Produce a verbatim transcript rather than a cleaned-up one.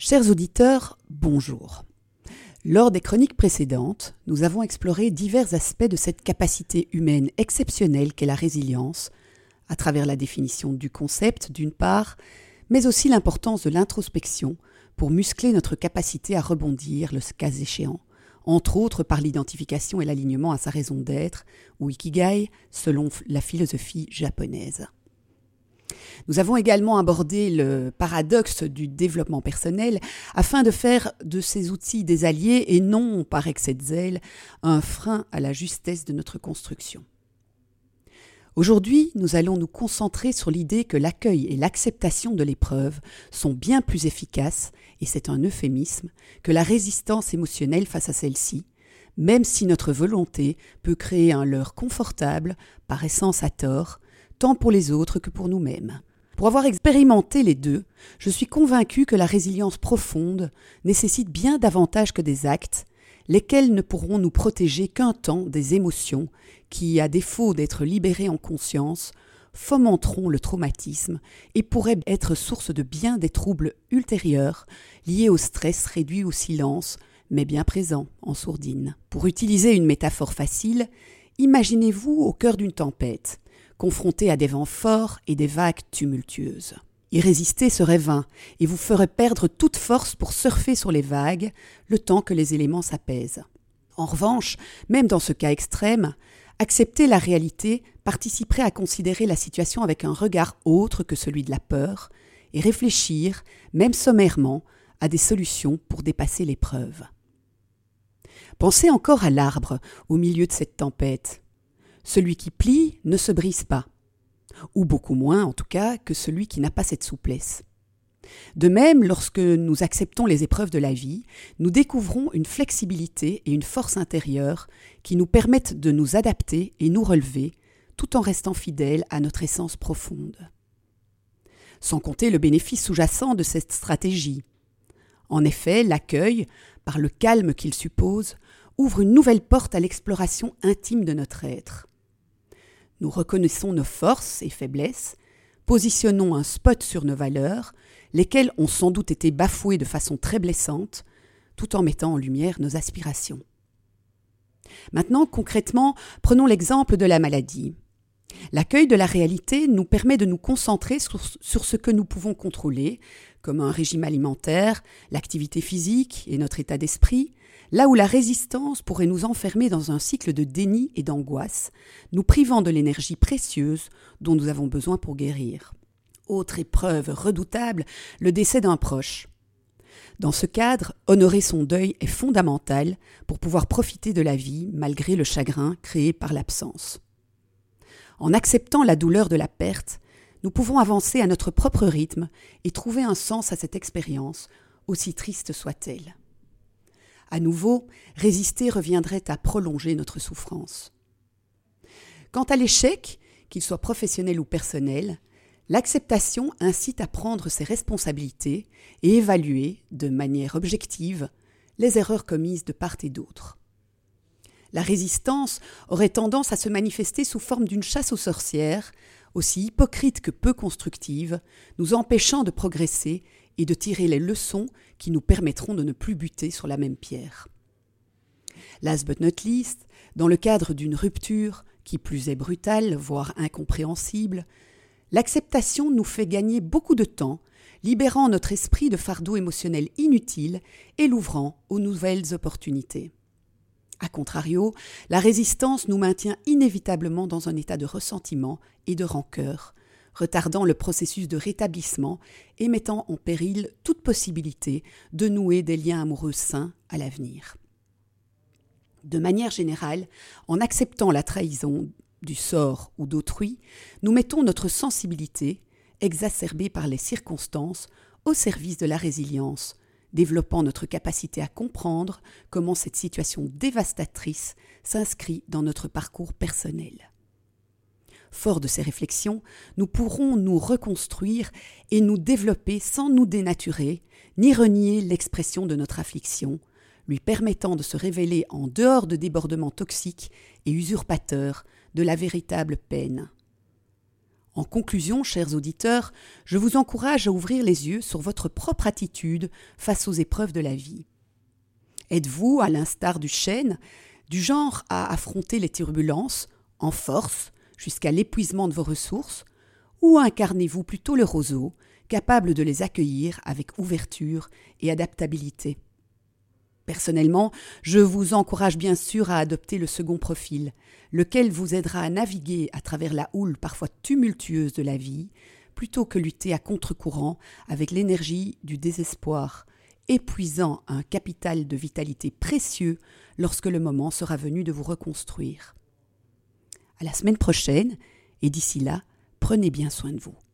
Chers auditeurs, bonjour. Lors des chroniques précédentes, nous avons exploré divers aspects de cette capacité humaine exceptionnelle qu'est la résilience, à travers la définition du concept d'une part, mais aussi l'importance de l'introspection pour muscler notre capacité à rebondir le cas échéant, entre autres par l'identification et l'alignement à sa raison d'être, ou ikigai, selon la philosophie japonaise. Nous avons également abordé le paradoxe du développement personnel afin de faire de ces outils des alliés et non, par excès de zèle, un frein à la justesse de notre construction. Aujourd'hui, nous allons nous concentrer sur l'idée que l'accueil et l'acceptation de l'épreuve sont bien plus efficaces, et c'est un euphémisme, que la résistance émotionnelle face à celle-ci, même si notre volonté peut créer un leurre confortable, par essence à tort, tant pour les autres que pour nous-mêmes. Pour avoir expérimenté les deux, je suis convaincue que la résilience profonde nécessite bien davantage que des actes, lesquels ne pourront nous protéger qu'un temps des émotions qui, à défaut d'être libérées en conscience, fomenteront le traumatisme et pourraient être source de bien des troubles ultérieurs liés au stress réduit au silence, mais bien présent en sourdine. Pour utiliser une métaphore facile, imaginez-vous au cœur d'une tempête, confronté à des vents forts et des vagues tumultueuses. Y résister serait vain et vous ferait perdre toute force pour surfer sur les vagues le temps que les éléments s'apaisent. En revanche, même dans ce cas extrême, accepter la réalité participerait à considérer la situation avec un regard autre que celui de la peur et réfléchir, même sommairement, à des solutions pour dépasser l'épreuve. Pensez encore à l'arbre au milieu de cette tempête. Celui qui plie ne se brise pas, ou beaucoup moins en tout cas que celui qui n'a pas cette souplesse. De même, lorsque nous acceptons les épreuves de la vie, nous découvrons une flexibilité et une force intérieure qui nous permettent de nous adapter et nous relever, tout en restant fidèles à notre essence profonde. Sans compter le bénéfice sous-jacent de cette stratégie. En effet, l'accueil, par le calme qu'il suppose, ouvre une nouvelle porte à l'exploration intime de notre être. Nous reconnaissons nos forces et faiblesses, positionnons un spot sur nos valeurs, lesquelles ont sans doute été bafouées de façon très blessante, tout en mettant en lumière nos aspirations. Maintenant, concrètement, prenons l'exemple de la maladie. L'accueil de la réalité nous permet de nous concentrer sur, sur ce que nous pouvons contrôler, comme un régime alimentaire, l'activité physique et notre état d'esprit, là où la résistance pourrait nous enfermer dans un cycle de déni et d'angoisse, nous privant de l'énergie précieuse dont nous avons besoin pour guérir. Autre épreuve redoutable, le décès d'un proche. Dans ce cadre, honorer son deuil est fondamental pour pouvoir profiter de la vie malgré le chagrin créé par l'absence. En acceptant la douleur de la perte, nous pouvons avancer à notre propre rythme et trouver un sens à cette expérience, aussi triste soit-elle. À nouveau, résister reviendrait à prolonger notre souffrance. Quant à l'échec, qu'il soit professionnel ou personnel, l'acceptation incite à prendre ses responsabilités et évaluer, de manière objective, les erreurs commises de part et d'autre. La résistance aurait tendance à se manifester sous forme d'une chasse aux sorcières, aussi hypocrite que peu constructive, nous empêchant de progresser et de tirer les leçons qui nous permettront de ne plus buter sur la même pierre. Last but not least, dans le cadre d'une rupture, qui plus est brutale, voire incompréhensible, l'acceptation nous fait gagner beaucoup de temps, libérant notre esprit de fardeaux émotionnels inutiles et l'ouvrant aux nouvelles opportunités. A contrario, la résistance nous maintient inévitablement dans un état de ressentiment et de rancœur, retardant le processus de rétablissement et mettant en péril toute possibilité de nouer des liens amoureux sains à l'avenir. De manière générale, en acceptant la trahison du sort ou d'autrui, nous mettons notre sensibilité, exacerbée par les circonstances, au service de la résilience, développant notre capacité à comprendre comment cette situation dévastatrice s'inscrit dans notre parcours personnel. Fort de ces réflexions, nous pourrons nous reconstruire et nous développer sans nous dénaturer, ni renier l'expression de notre affliction, lui permettant de se révéler en dehors de débordements toxiques et usurpateurs de la véritable peine. En conclusion, chers auditeurs, je vous encourage à ouvrir les yeux sur votre propre attitude face aux épreuves de la vie. Êtes-vous, à l'instar du chêne, du genre à affronter les turbulences en force jusqu'à l'épuisement de vos ressources, ou incarnez-vous plutôt le roseau, capable de les accueillir avec ouverture et adaptabilité? Personnellement, je vous encourage bien sûr à adopter le second profil, lequel vous aidera à naviguer à travers la houle parfois tumultueuse de la vie, plutôt que lutter à contre-courant avec l'énergie du désespoir, épuisant un capital de vitalité précieux lorsque le moment sera venu de vous reconstruire. À la semaine prochaine, et d'ici là, prenez bien soin de vous.